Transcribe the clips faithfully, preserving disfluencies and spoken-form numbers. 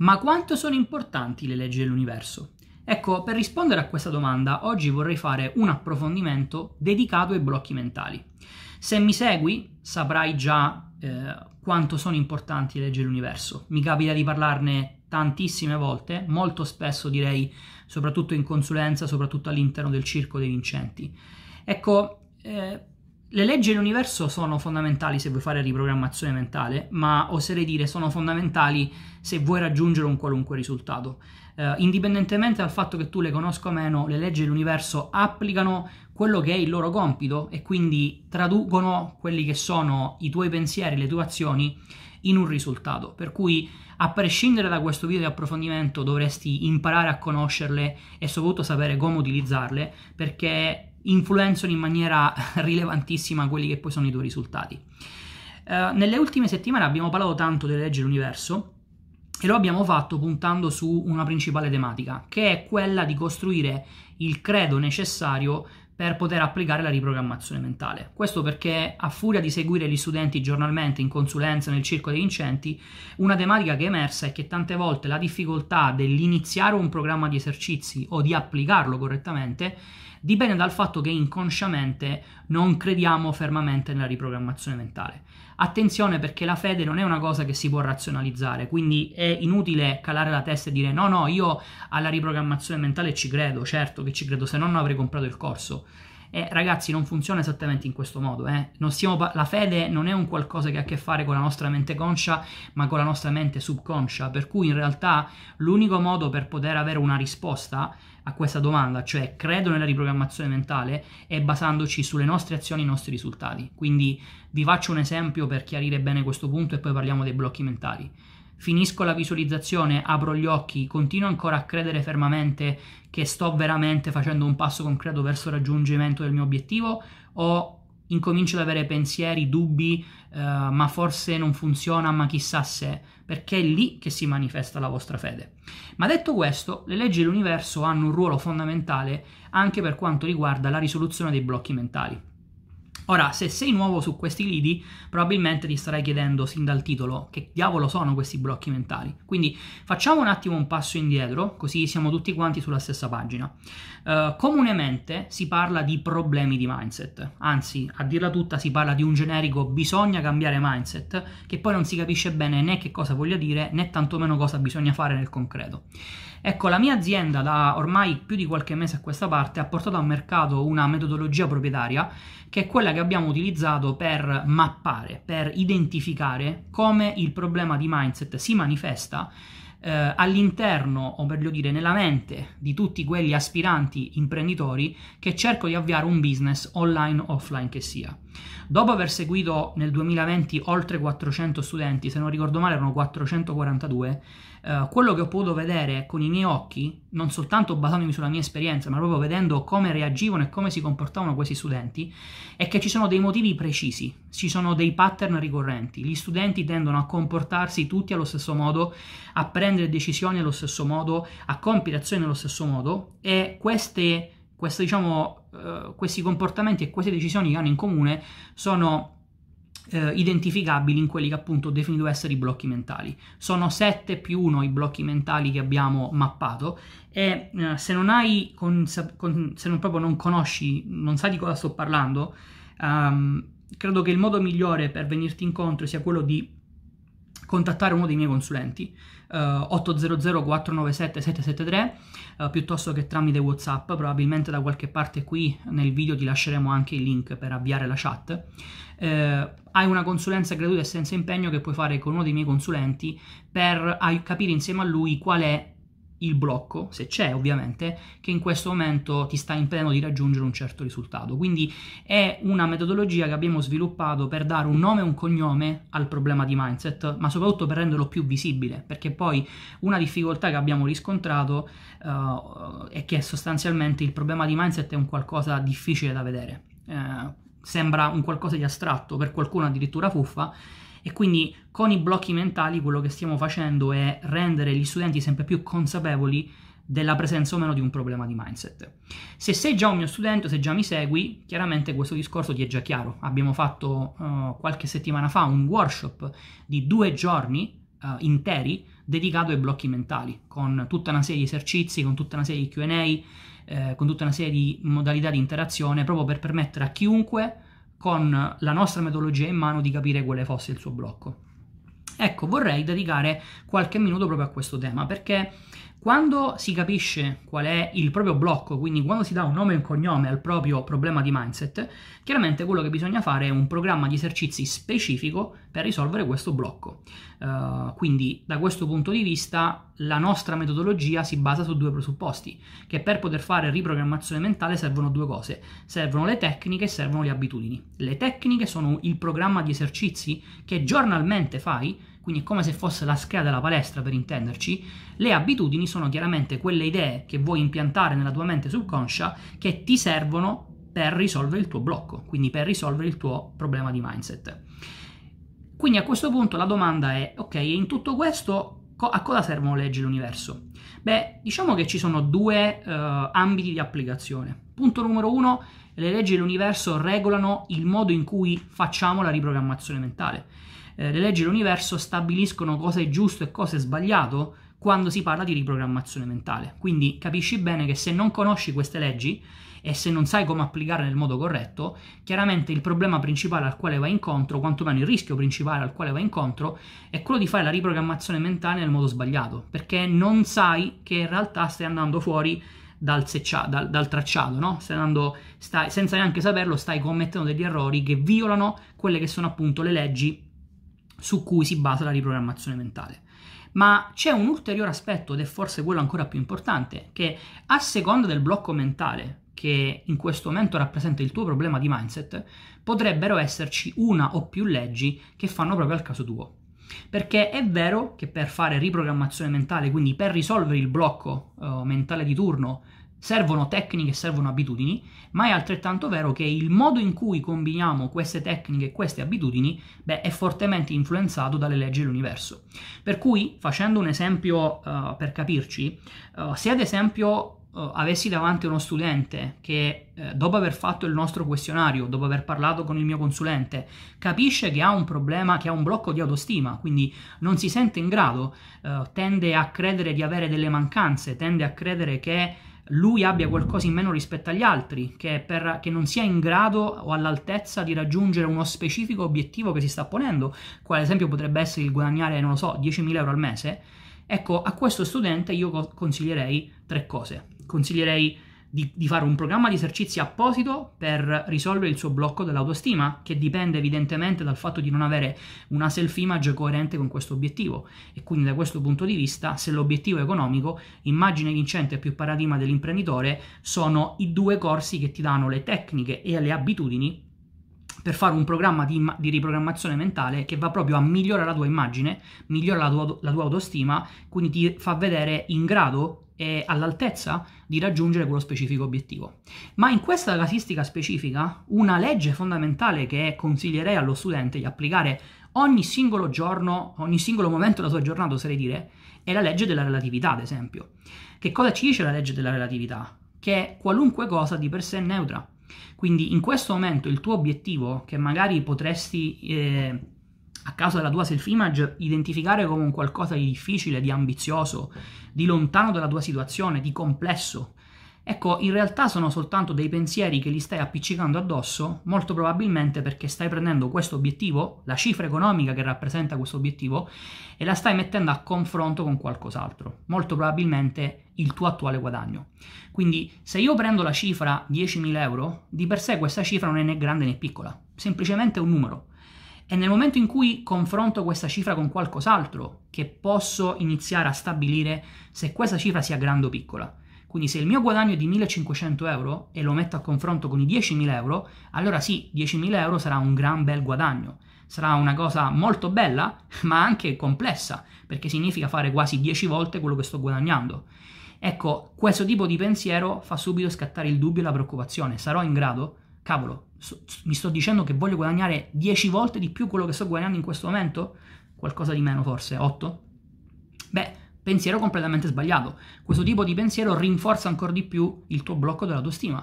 Ma quanto sono importanti le leggi dell'universo? Ecco, per rispondere a questa domanda, oggi vorrei fare un approfondimento dedicato ai blocchi mentali. Se mi segui, saprai già eh, quanto sono importanti le leggi dell'universo. Mi capita di parlarne tantissime volte, molto spesso direi, soprattutto in consulenza, soprattutto all'interno del circo dei vincenti. Ecco, eh, le leggi dell'universo sono fondamentali se vuoi fare riprogrammazione mentale, ma oserei dire sono fondamentali se vuoi raggiungere un qualunque risultato. Uh, indipendentemente dal fatto che tu le conosca o meno, le leggi dell'universo applicano quello che è il loro compito e quindi traducono quelli che sono i tuoi pensieri, le tue azioni in un risultato. Per cui, a prescindere da questo video di approfondimento, dovresti imparare a conoscerle e soprattutto sapere come utilizzarle, perché influenzano in maniera rilevantissima quelli che poi sono i tuoi risultati. Uh, nelle ultime settimane abbiamo parlato tanto delle leggi dell'universo e lo abbiamo fatto puntando su una principale tematica, che è quella di costruire il credo necessario per poter applicare la riprogrammazione mentale. Questo perché, a furia di seguire gli studenti giornalmente in consulenza nel circo dei vincenti, una tematica che è emersa è che tante volte la difficoltà dell'iniziare un programma di esercizi o di applicarlo correttamente dipende dal fatto che inconsciamente non crediamo fermamente nella riprogrammazione mentale. Attenzione, perché la fede non è una cosa che si può razionalizzare, quindi è inutile calare la testa e dire no, no, io alla riprogrammazione mentale ci credo, certo che ci credo, se no non avrei comprato il corso. E ragazzi, non funziona esattamente in questo modo. Eh? Non stiamo la fede non è un qualcosa che ha a che fare con la nostra mente conscia, ma con la nostra mente subconscia, per cui in realtà l'unico modo per poter avere una risposta a questa domanda, cioè credo nella riprogrammazione mentale, è basandoci sulle nostre azioni e i nostri risultati. Quindi vi faccio un esempio per chiarire bene questo punto e poi parliamo dei blocchi mentali. Finisco la visualizzazione, apro gli occhi, continuo ancora a credere fermamente che sto veramente facendo un passo concreto verso il raggiungimento del mio obiettivo, o incomincio ad avere pensieri, dubbi, eh, ma forse non funziona, ma chissà se, perché è lì che si manifesta la vostra fede. Ma detto questo, le leggi dell'universo hanno un ruolo fondamentale anche per quanto riguarda la risoluzione dei blocchi mentali. Ora, se sei nuovo su questi lidi, probabilmente ti starai chiedendo sin dal titolo che diavolo sono questi blocchi mentali. Quindi facciamo un attimo un passo indietro, così siamo tutti quanti sulla stessa pagina. Uh, comunemente si parla di problemi di mindset, anzi, a dirla tutta, si parla di un generico bisogna cambiare mindset, che poi non si capisce bene né che cosa voglia dire, né tantomeno cosa bisogna fare nel concreto. Ecco, la mia azienda da ormai più di qualche mese a questa parte ha portato al mercato una metodologia proprietaria che è quella che abbiamo utilizzato per mappare, per identificare come il problema di mindset si manifesta eh, all'interno, o meglio dire nella mente di tutti quegli aspiranti imprenditori che cercano di avviare un business online o offline che sia. Dopo aver seguito nel duemilaventi oltre quattrocento studenti, se non ricordo male erano quattrocentoquarantadue, Uh, quello che ho potuto vedere con i miei occhi, non soltanto basandomi sulla mia esperienza, ma proprio vedendo come reagivano e come si comportavano questi studenti, è che ci sono dei motivi precisi, ci sono dei pattern ricorrenti. Gli studenti tendono a comportarsi tutti allo stesso modo, a prendere decisioni allo stesso modo, a compiere azioni allo stesso modo, e queste, queste, diciamo, uh, questi comportamenti e queste decisioni che hanno in comune sono Eh, identificabili in quelli che appunto ho definito essere i blocchi mentali. Sono sette più uno i blocchi mentali che abbiamo mappato e eh, se non hai con, con, se non proprio non conosci, non sai di cosa sto parlando, um, credo che il modo migliore per venirti incontro sia quello di contattare uno dei miei consulenti, uh, otto zero zero quattro nove sette sette sette tre, uh, piuttosto che tramite WhatsApp. Probabilmente da qualche parte qui nel video ti lasceremo anche il link per avviare la chat. Uh, hai una consulenza gratuita e senza impegno che puoi fare con uno dei miei consulenti per uh, capire insieme a lui qual è il blocco, se c'è ovviamente, che in questo momento ti sta impedendo di raggiungere un certo risultato. Quindi è una metodologia che abbiamo sviluppato per dare un nome e un cognome al problema di mindset, ma soprattutto per renderlo più visibile, perché poi una difficoltà che abbiamo riscontrato uh, è che sostanzialmente il problema di mindset è un qualcosa difficile da vedere. Uh, sembra un qualcosa di astratto, per qualcuno addirittura fuffa, e quindi con i blocchi mentali quello che stiamo facendo è rendere gli studenti sempre più consapevoli della presenza o meno di un problema di mindset. Se sei già un mio studente o se già mi segui, chiaramente questo discorso ti è già chiaro. Abbiamo fatto uh, qualche settimana fa un workshop di due giorni uh, interi dedicato ai blocchi mentali, con tutta una serie di esercizi, con tutta una serie di Q and A, eh, con tutta una serie di modalità di interazione, proprio per permettere a chiunque con la nostra metodologia in mano di capire quale fosse il suo blocco. Ecco, vorrei dedicare qualche minuto proprio a questo tema, perché quando si capisce qual è il proprio blocco, quindi quando si dà un nome e un cognome al proprio problema di mindset, chiaramente quello che bisogna fare è un programma di esercizi specifico per risolvere questo blocco. Uh, quindi da questo punto di vista la nostra metodologia si basa su due presupposti, che per poter fare riprogrammazione mentale servono due cose: servono le tecniche e servono le abitudini. Le tecniche sono il programma di esercizi che giornalmente fai, quindi è come se fosse la scheda della palestra, per intenderci. Le abitudini sono chiaramente quelle idee che vuoi impiantare nella tua mente subconscia che ti servono per risolvere il tuo blocco, quindi per risolvere il tuo problema di mindset. Quindi a questo punto la domanda è: ok, in tutto questo a cosa servono le leggi dell'universo? Beh, diciamo che ci sono due uh, ambiti di applicazione. Punto numero uno: le leggi dell'universo regolano il modo in cui facciamo la riprogrammazione mentale. Eh, le leggi dell'universo stabiliscono cosa è giusto e cosa è sbagliato quando si parla di riprogrammazione mentale. Quindi capisci bene che se non conosci queste leggi e se non sai come applicarle nel modo corretto, chiaramente il problema principale al quale vai incontro, quantomeno il rischio principale al quale vai incontro, è quello di fare la riprogrammazione mentale nel modo sbagliato, perché non sai che in realtà stai andando fuori dal, seccia, dal, dal tracciato, no? Stai andando, stai, senza neanche saperlo, stai commettendo degli errori che violano quelle che sono appunto le leggi su cui si basa la riprogrammazione mentale. Ma c'è un ulteriore aspetto, ed è forse quello ancora più importante, che a seconda del blocco mentale che in questo momento rappresenta il tuo problema di mindset, potrebbero esserci una o più leggi che fanno proprio al caso tuo. Perché è vero che per fare riprogrammazione mentale, quindi per risolvere il blocco uh, mentale di turno, servono tecniche, servono abitudini, ma è altrettanto vero che il modo in cui combiniamo queste tecniche e queste abitudini, beh, è fortemente influenzato dalle leggi dell'universo. Per cui, facendo un esempio uh, per capirci, uh, se ad esempio Uh, avessi davanti uno studente che eh, dopo aver fatto il nostro questionario, dopo aver parlato con il mio consulente, capisce che ha un problema, che ha un blocco di autostima, quindi non si sente in grado, uh, tende a credere di avere delle mancanze, tende a credere che lui abbia qualcosa in meno rispetto agli altri, che, per, che non sia in grado o all'altezza di raggiungere uno specifico obiettivo che si sta ponendo, quale ad esempio potrebbe essere il guadagnare, non lo so, diecimila euro al mese. Ecco, a questo studente io consiglierei tre cose. Consiglierei di, di fare un programma di esercizi apposito per risolvere il suo blocco dell'autostima, che dipende evidentemente dal fatto di non avere una self-image coerente con questo obiettivo. E quindi da questo punto di vista, se l'obiettivo è economico, immagine vincente più paradigma dell'imprenditore sono i due corsi che ti danno le tecniche e le abitudini per fare un programma di, di riprogrammazione mentale che va proprio a migliorare la tua immagine, migliora la tua, la tua autostima, quindi ti fa vedere in grado e all'altezza di raggiungere quello specifico obiettivo. Ma in questa casistica specifica, una legge fondamentale che consiglierei allo studente di applicare ogni singolo giorno, ogni singolo momento della sua giornata, oserei dire, è la legge della relatività, ad esempio. Che cosa ci dice la legge della relatività? Che qualunque cosa di per sé è neutra. Quindi in questo momento il tuo obiettivo, che magari potresti, eh, a causa della tua self-image, identificare come un qualcosa di difficile, di ambizioso, di lontano dalla tua situazione, di complesso, ecco, in realtà sono soltanto dei pensieri che li stai appiccicando addosso, molto probabilmente perché stai prendendo questo obiettivo, la cifra economica che rappresenta questo obiettivo, e la stai mettendo a confronto con qualcos'altro, molto probabilmente il tuo attuale guadagno. Quindi se io prendo la cifra diecimila euro, di per sé questa cifra non è né grande né piccola, semplicemente un numero. E nel momento in cui confronto questa cifra con qualcos'altro, che posso iniziare a stabilire se questa cifra sia grande o piccola. Quindi se il mio guadagno è di millecinquecento euro e lo metto a confronto con i diecimila euro, allora sì, diecimila euro sarà un gran bel guadagno. Sarà una cosa molto bella, ma anche complessa, perché significa fare quasi dieci volte quello che sto guadagnando. Ecco, questo tipo di pensiero fa subito scattare il dubbio e la preoccupazione. Sarò in grado? Cavolo, so, mi sto dicendo che voglio guadagnare dieci volte di più quello che sto guadagnando in questo momento? Qualcosa di meno forse, otto? Beh, pensiero completamente sbagliato. Questo tipo di pensiero rinforza ancora di più il tuo blocco dell'autostima.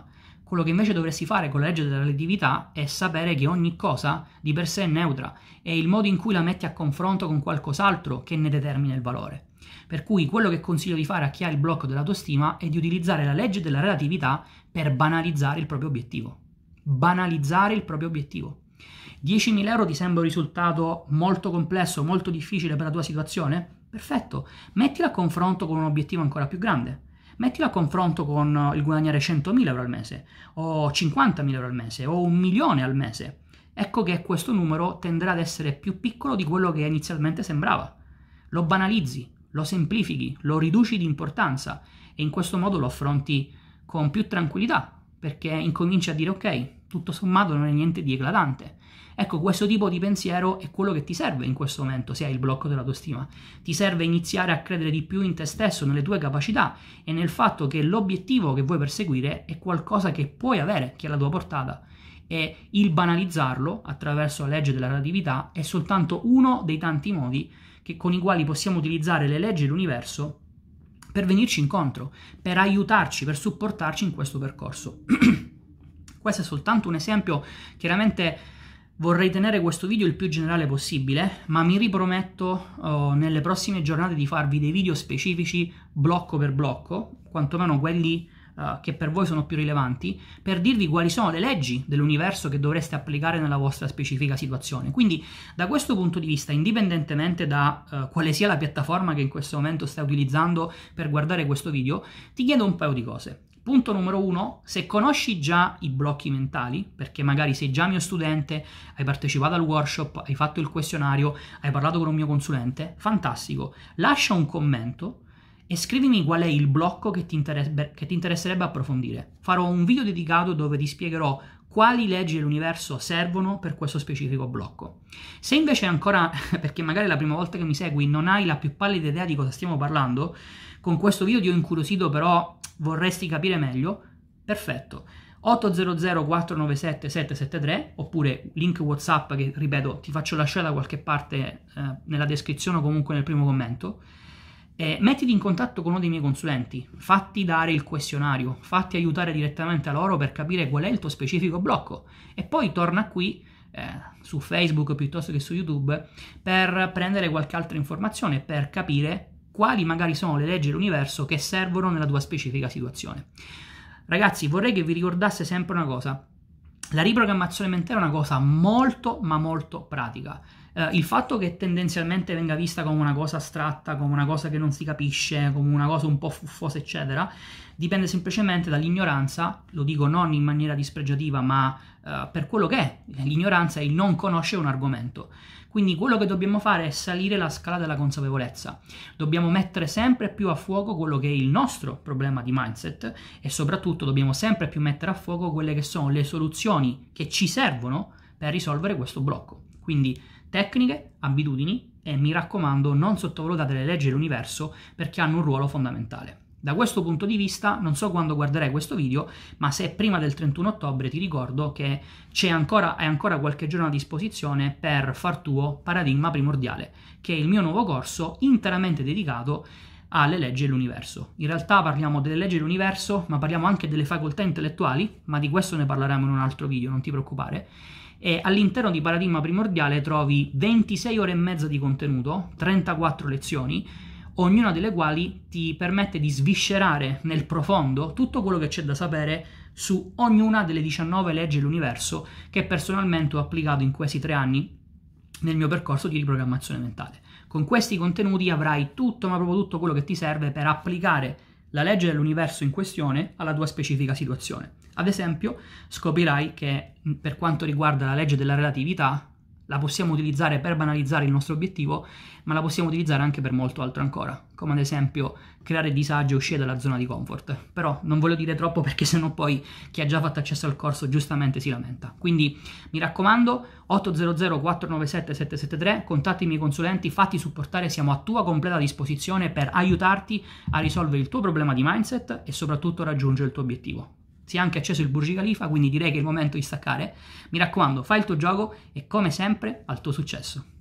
Quello che invece dovresti fare con la legge della relatività è sapere che ogni cosa di per sé è neutra, è il modo in cui la metti a confronto con qualcos'altro che ne determina il valore. Per cui quello che consiglio di fare a chi ha il blocco dell'autostima è di utilizzare la legge della relatività per banalizzare il proprio obiettivo. Banalizzare il proprio obiettivo. diecimila euro ti sembra un risultato molto complesso, molto difficile per la tua situazione? Perfetto, mettila a confronto con un obiettivo ancora più grande. Mettila a confronto con il guadagnare centomila euro al mese, o cinquantamila euro al mese, o un milione al mese. Ecco che questo numero tenderà ad essere più piccolo di quello che inizialmente sembrava. Lo banalizzi, lo semplifichi, lo riduci di importanza e in questo modo lo affronti con più tranquillità, perché incominci a dire ok, tutto sommato non è niente di eclatante. Ecco, questo tipo di pensiero è quello che ti serve in questo momento se hai il blocco dell'autostima. Ti serve iniziare a credere di più in te stesso, nelle tue capacità e nel fatto che l'obiettivo che vuoi perseguire è qualcosa che puoi avere, che è alla tua portata. E il banalizzarlo attraverso la legge della relatività è soltanto uno dei tanti modi che, con i quali possiamo utilizzare le leggi dell'universo per venirci incontro, per aiutarci, per supportarci in questo percorso. Questo è soltanto un esempio. Chiaramente vorrei tenere questo video il più generale possibile, ma mi riprometto oh, nelle prossime giornate di farvi dei video specifici blocco per blocco, quantomeno quelli uh, che per voi sono più rilevanti, per dirvi quali sono le leggi dell'universo che dovreste applicare nella vostra specifica situazione. Quindi da questo punto di vista, indipendentemente da uh, quale sia la piattaforma che in questo momento stai utilizzando per guardare questo video, ti chiedo un paio di cose. Punto numero uno, se conosci già i blocchi mentali, perché magari sei già mio studente, hai partecipato al workshop, hai fatto il questionario, hai parlato con un mio consulente, fantastico, lascia un commento e scrivimi qual è il blocco che ti, interesse, che ti interesserebbe approfondire. Farò un video dedicato dove ti spiegherò quali leggi dell'universo servono per questo specifico blocco. Se invece ancora, perché magari è la prima volta che mi segui, non hai la più pallida idea di cosa stiamo parlando, con questo video ti ho incuriosito però vorresti capire meglio, perfetto. otto zero zero quattro nove sette sette sette tre oppure link WhatsApp che, ripeto, ti faccio lasciare da qualche parte eh, nella descrizione o comunque nel primo commento. Eh, mettiti in contatto con uno dei miei consulenti, fatti dare il questionario, fatti aiutare direttamente a loro per capire qual è il tuo specifico blocco e poi torna qui eh, su Facebook piuttosto che su YouTube per prendere qualche altra informazione, per capire quali magari sono le leggi dell'universo che servono nella tua specifica situazione. Ragazzi, vorrei che vi ricordasse sempre una cosa. La riprogrammazione mentale è una cosa molto ma molto pratica. Eh, il fatto che tendenzialmente venga vista come una cosa astratta, come una cosa che non si capisce, come una cosa un po' fuffosa, eccetera, dipende semplicemente dall'ignoranza, lo dico non in maniera dispregiativa, ma eh, per quello che è. L'ignoranza è il non conoscere un argomento. Quindi quello che dobbiamo fare è salire la scala della consapevolezza. Dobbiamo mettere sempre più a fuoco quello che è il nostro problema di mindset e soprattutto dobbiamo sempre più mettere a fuoco quelle che sono le soluzioni che ci servono per risolvere questo blocco. Quindi tecniche, abitudini e mi raccomando non sottovalutate le leggi dell'universo perché hanno un ruolo fondamentale. Da questo punto di vista, non so quando guarderai questo video, ma se è prima del trentuno ottobre ti ricordo che c'è ancora, hai ancora qualche giorno a disposizione per far tuo Paradigma Primordiale, che è il mio nuovo corso interamente dedicato alle leggi dell'universo. In realtà parliamo delle leggi dell'universo, ma parliamo anche delle facoltà intellettuali, ma di questo ne parleremo in un altro video, non ti preoccupare. E all'interno di Paradigma Primordiale trovi ventisei ore e mezza di contenuto, trentaquattro lezioni, ognuna delle quali ti permette di sviscerare nel profondo tutto quello che c'è da sapere su ognuna delle diciannove leggi dell'universo che personalmente ho applicato in questi tre anni nel mio percorso di riprogrammazione mentale. Con questi contenuti avrai tutto, ma proprio tutto quello che ti serve per applicare la legge dell'universo in questione alla tua specifica situazione. Ad esempio, scoprirai che per quanto riguarda la legge della relatività, la possiamo utilizzare per banalizzare il nostro obiettivo, ma la possiamo utilizzare anche per molto altro ancora, come ad esempio creare disagio e uscire dalla zona di comfort. Però non voglio dire troppo perché sennò poi chi ha già fatto accesso al corso giustamente si lamenta. Quindi mi raccomando, otto zero zero quattro nove sette sette sette tre, contatti i miei consulenti, fatti supportare, siamo a tua completa disposizione per aiutarti a risolvere il tuo problema di mindset e soprattutto raggiungere il tuo obiettivo. Si è anche acceso il Burj Khalifa, quindi direi che è il momento di staccare. Mi raccomando, fai il tuo gioco e come sempre al tuo successo.